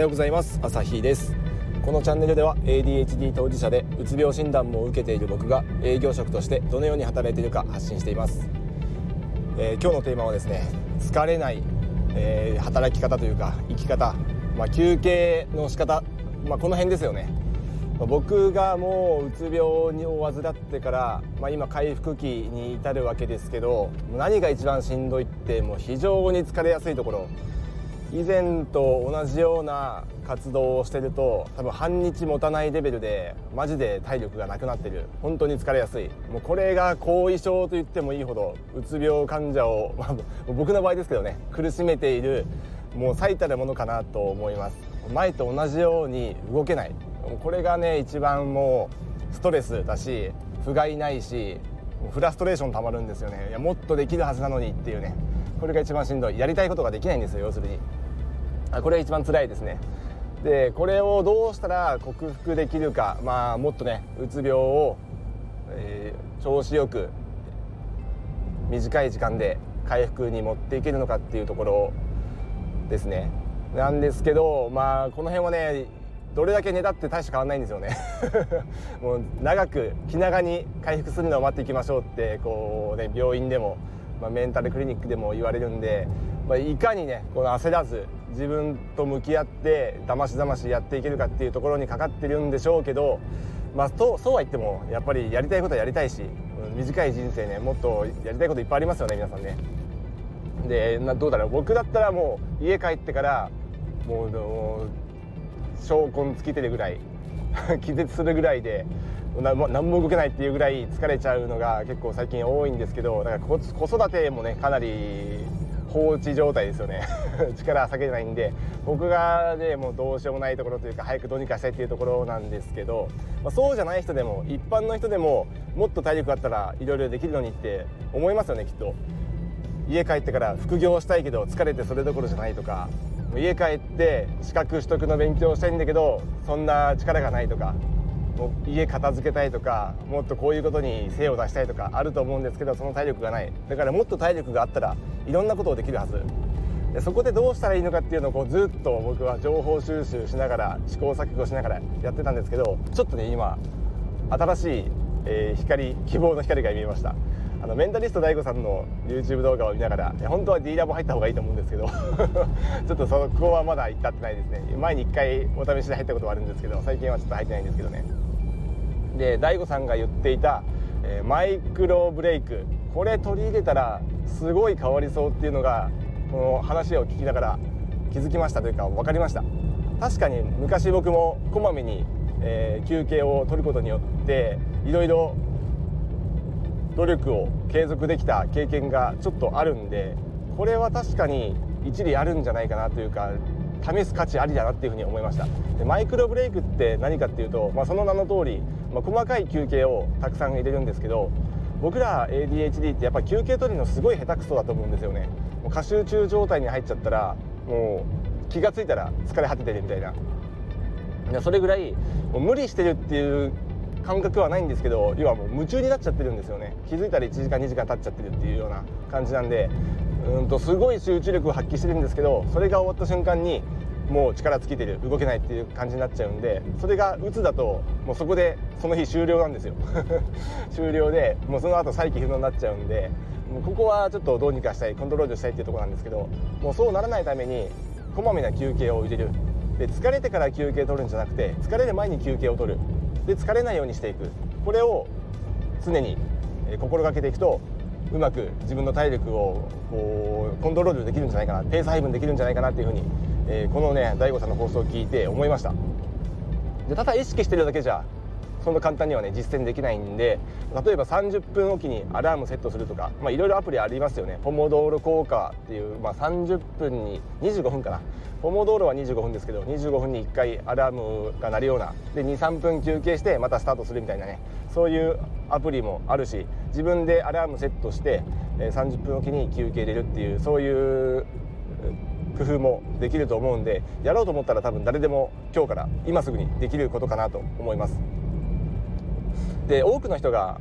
ようございます。朝日です。このチャンネルでは ADHD 当事者でうつ病診断も受けている僕が営業職としてどのように働いているか発信しています。今日のテーマはですね、疲れない、働き方というか生き方、休憩の仕方、この辺ですよね。僕がもううつ病を患ってから、今回復期に至るわけですけど、何が一番しんどいってもう非常に疲れやすいところ。以前と同じような活動をしてると多分半日持たないレベルでマジで体力がなくなってる。本当に疲れやすい。もうこれが後遺症と言ってもいいほどうつ病患者を、僕の場合ですけどね、苦しめているもう最たるものかなと思います。前と同じように動けない。これがね一番もうストレスだし、不甲斐ないし、フラストレーションたまるんですよね。いやもっとできるはずなのにっていうね、これが一番しんどい。やりたいことができないんですよ。要するにこれが一番辛いですね。でこれをどうしたら克服できるか、もっとねうつ病を、調子よく短い時間で回復に持っていけるのかっていうところですね。なんですけど、この辺はねどれだけ寝たって大して変わんないんですよねもう長く気長に回復するのを待っていきましょうって病院でも、メンタルクリニックでも言われるんで、いかにねこの焦らず自分と向き合ってだましだましやっていけるかっていうところにかかってるんでしょうけど、そうは言ってもやっぱりやりたいことはやりたいし、短い人生ね、もっとやりたいこといっぱいありますよね、皆さんね。でどうだろう、僕だったらもう家帰ってからもう証拠尽きてるぐらい気絶するぐらいで何も動けないっていうぐらい疲れちゃうのが結構最近多いんですけど、だから子育てもねかなり放置状態ですよね力は避けないんで、僕がねもうどうしようもないところというか早くどうにかしたいっていうところなんですけど、そうじゃない人でも一般の人でももっと体力あったらいろいろできるのにって思いますよね、きっと。家帰ってから副業したいけど疲れてそれどころじゃないとか、家帰って資格取得の勉強したいんだけどそんな力がないとか、もう家片付けたいとか、もっとこういうことに精を出したいとかあると思うんですけど、その体力がない。だからもっと体力があったらいろんなことをできるはずで、そこでどうしたらいいのかっていうのをずっと僕は情報収集しながら試行錯誤しながらやってたんですけど、ちょっとね今新しい、希望の光が見えました。メンタリスト DAIGO さんの YouTube 動画を見ながら、本当は D ラボ入った方がいいと思うんですけどちょっとそこはまだ至ってないですね。前に1回お試しで入ったことはあるんですけど、最近はちょっと入ってないんですけどね。で DAIGO さんが言っていた、マイクロブレイク、これ取り入れたらすごい変わりそうっていうのがこの話を聞きながら気づきましたというか分かりました。確かに昔僕もこまめに、休憩を取ることによっていろいろ努力を継続できた経験がちょっとあるんで、これは確かに一理あるんじゃないかなというか試す価値ありだなっていうふうに思いました。でマイクロブレイクって何かっていうと、その名の通り、細かい休憩をたくさん入れるんですけど、僕ら ADHD ってやっぱ休憩取るのすごい下手くそだと思うんですよね。もう過集中状態に入っちゃったらもう気がついたら疲れ果ててるみたいな。それぐらいもう無理してるっていう感覚はないんですけど、要はもう夢中になっちゃってるんですよね。気づいたら1時間2時間経っちゃってるっていうような感じなんで、すごい集中力を発揮してるんですけど、それが終わった瞬間にもう力尽きてる、動けないっていう感じになっちゃうんで、それがうつだともうそこでその日終了なんですよ終了でもうその後再起不能になっちゃうんで、もうここはちょっとどうにかしたい、コントロールしたいっていうところなんですけど、もうそうならないためにこまめな休憩を入れる。で疲れてから休憩取るんじゃなくて、疲れる前に休憩を取る。で疲れないようにしていく。これを常に心がけていくとうまく自分の体力をコントロールできるんじゃないかな、ペース配分できるんじゃないかなっていうふうに、このね DAIGO さんの放送を聞いて思いました。でただ意識してるだけじゃそんな簡単にはね実践できないんで、例えば30分おきにアラームセットするとか、いろいろアプリありますよね。ポモドーロ効果っていう、30分に25分かな。ポモドーロは25分ですけど、25分に1回アラームが鳴るようなで 2,3 分休憩してまたスタートするみたいなね、そういうアプリもあるし、自分でアラームセットして30分おきに休憩入れるっていう、そういう工夫もできると思うんで、やろうと思ったら多分誰でも今日から今すぐにできることかなと思います。で多くの人が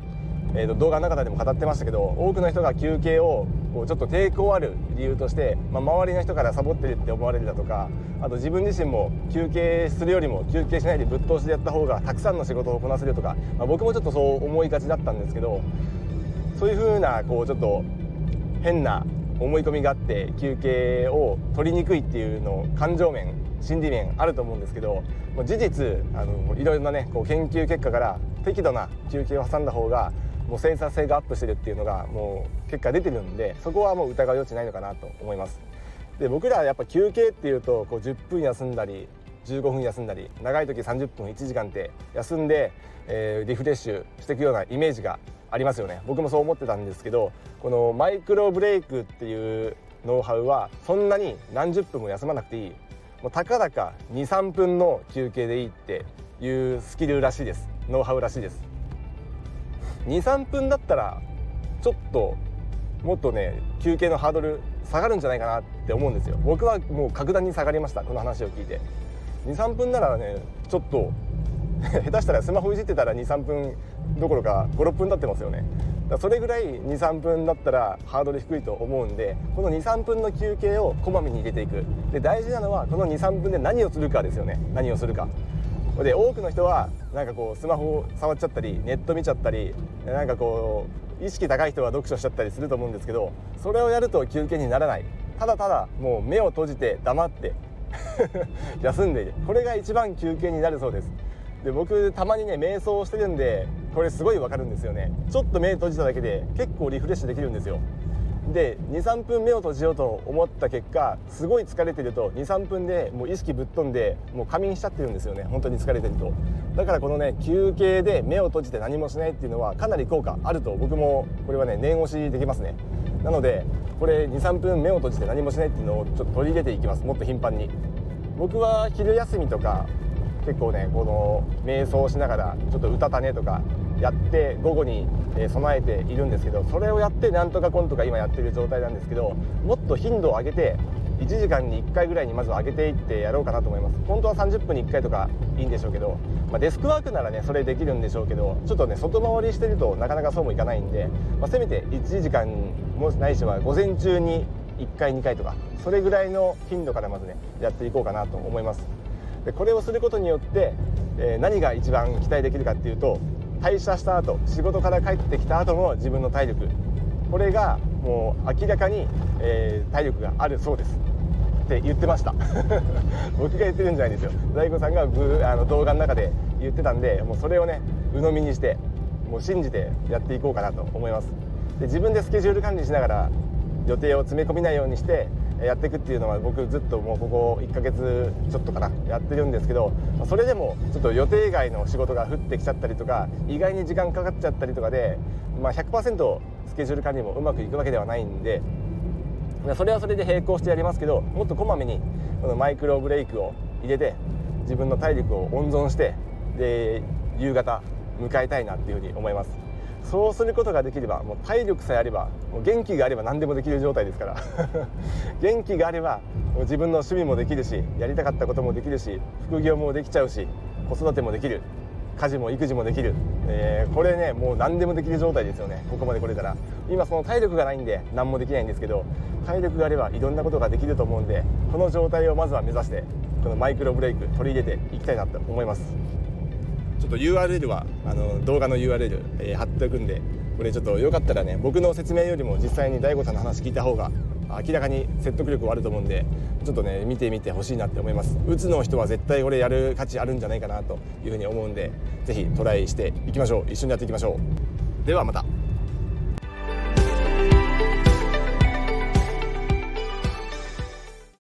動画の中でも語ってましたけど、多くの人が休憩をこうちょっと抵抗ある理由として、周りの人からサボってるって思われるだとか、あと自分自身も休憩するよりも休憩しないでぶっ通しでやった方がたくさんの仕事をこなせるとか、僕もちょっとそう思いがちだったんですけど、そういう風なこうちょっと変な思い込みがあって休憩を取りにくいっていうの感情面心理面あると思うんですけど、事実いろいろなねこう研究結果から適度な休憩を挟んだ方がもう生産性がアップしてるっていうのがもう結果出てるんで、そこはもう疑う余地ないのかなと思います。で僕らはやっぱ休憩っていうとこう10分休んだり15分休んだり、長い時30分1時間って休んで、リフレッシュしていくようなイメージがありますよね。僕もそう思ってたんですけど、このマイクロブレイクっていうノウハウはそんなに何十分も休まなくていい、もうたかだか 2,3 分の休憩でいいっていうスキルらしいです。ノウハウらしいです。 2,3 分だったらちょっともっとね休憩のハードル下がるんじゃないかなって思うんですよ。僕はもう格段に下がりました。この話を聞いて 2,3 分ならねちょっと下手したらスマホいじってたら 2,3 分どころか 5,6 分経ってますよね。だからそれぐらい 2,3 分だったらハードル低いと思うんで、この 2,3 分の休憩をこまめに入れていく。で大事なのはこの 2,3 分で何をするかですよね。何をするかで、多くの人はなんかこうスマホを触っちゃったりネット見ちゃったり、なんかこう意識高い人は読書しちゃったりすると思うんですけど、それをやると休憩にならない。ただただもう目を閉じて黙って休んでいる、これが一番休憩になるそうです。で僕たまにね瞑想をしてるんでこれすごいわかるんですよね。ちょっと目閉じただけで結構リフレッシュできるんですよ。で 2,3 分目を閉じようと思った結果、すごい疲れてると 2,3 分でもう意識ぶっ飛んでもう仮眠しちゃってるんですよね。本当に疲れてると。だからこのね休憩で目を閉じて何もしないっていうのはかなり効果あると僕もこれはね念押しできますね。なのでこれ 2,3 分目を閉じて何もしないっていうのをちょっと取り入れていきます。もっと頻繁に。僕は昼休みとか結構ねこの瞑想しながらちょっと歌種とかやって午後に備えているんですけど、それをやってなんとかコンとか今やってる状態なんですけど、もっと頻度を上げて1時間に1回ぐらいにまず上げていってやろうかなと思います。本当は30分に1回とかいいんでしょうけど、デスクワークならねそれできるんでしょうけど、ちょっとね外回りしてるとなかなかそうもいかないんで、せめて1時間もないしは午前中に1回2回とかそれぐらいの頻度からまずねやっていこうかなと思います。でこれをすることによって、何が一番期待できるかっていうと、退社した後仕事から帰ってきた後の自分の体力、これがもう明らかに、体力があるそうですって言ってました僕が言ってるんじゃないんですよ。大悟さんが動画の中で言ってたんで、もうそれをね鵜呑みにしてもう信じてやっていこうかなと思います。で自分でスケジュール管理しながら予定を詰め込みないようにしてやっていくっていうのは僕ずっともうここ1ヶ月ちょっとかなやってるんですけど、それでもちょっと予定外の仕事が降ってきちゃったりとか意外に時間かかっちゃったりとかで、100% スケジュール管理もうまくいくわけではないんで、それはそれで並行してやりますけど、もっとこまめにこのマイクロブレイクを入れて自分の体力を温存して、で夕方迎えたいなっていうふうに思います。そうすることができればもう体力さえあれば、もう元気があれば何でもできる状態ですから元気があればもう自分の趣味もできるし、やりたかったこともできるし、副業もできちゃうし、子育てもできる、家事も育児もできる、これねもう何でもできる状態ですよね。ここまで来れたら。今その体力がないんで何もできないんですけど、体力があればいろんなことができると思うんで、この状態をまずは目指してこのマイクロブレイク取り入れていきたいなと思います。ちょっと URL は動画の URL、貼っておくんで、これちょっとよかったらね僕の説明よりも実際に大悟さんの話聞いた方が明らかに説得力はあると思うんで、ちょっとね見てみてほしいなって思います。うつの人は絶対これやる価値あるんじゃないかなというふうに思うんで、ぜひトライしていきましょう。一緒にやっていきましょう。ではまた。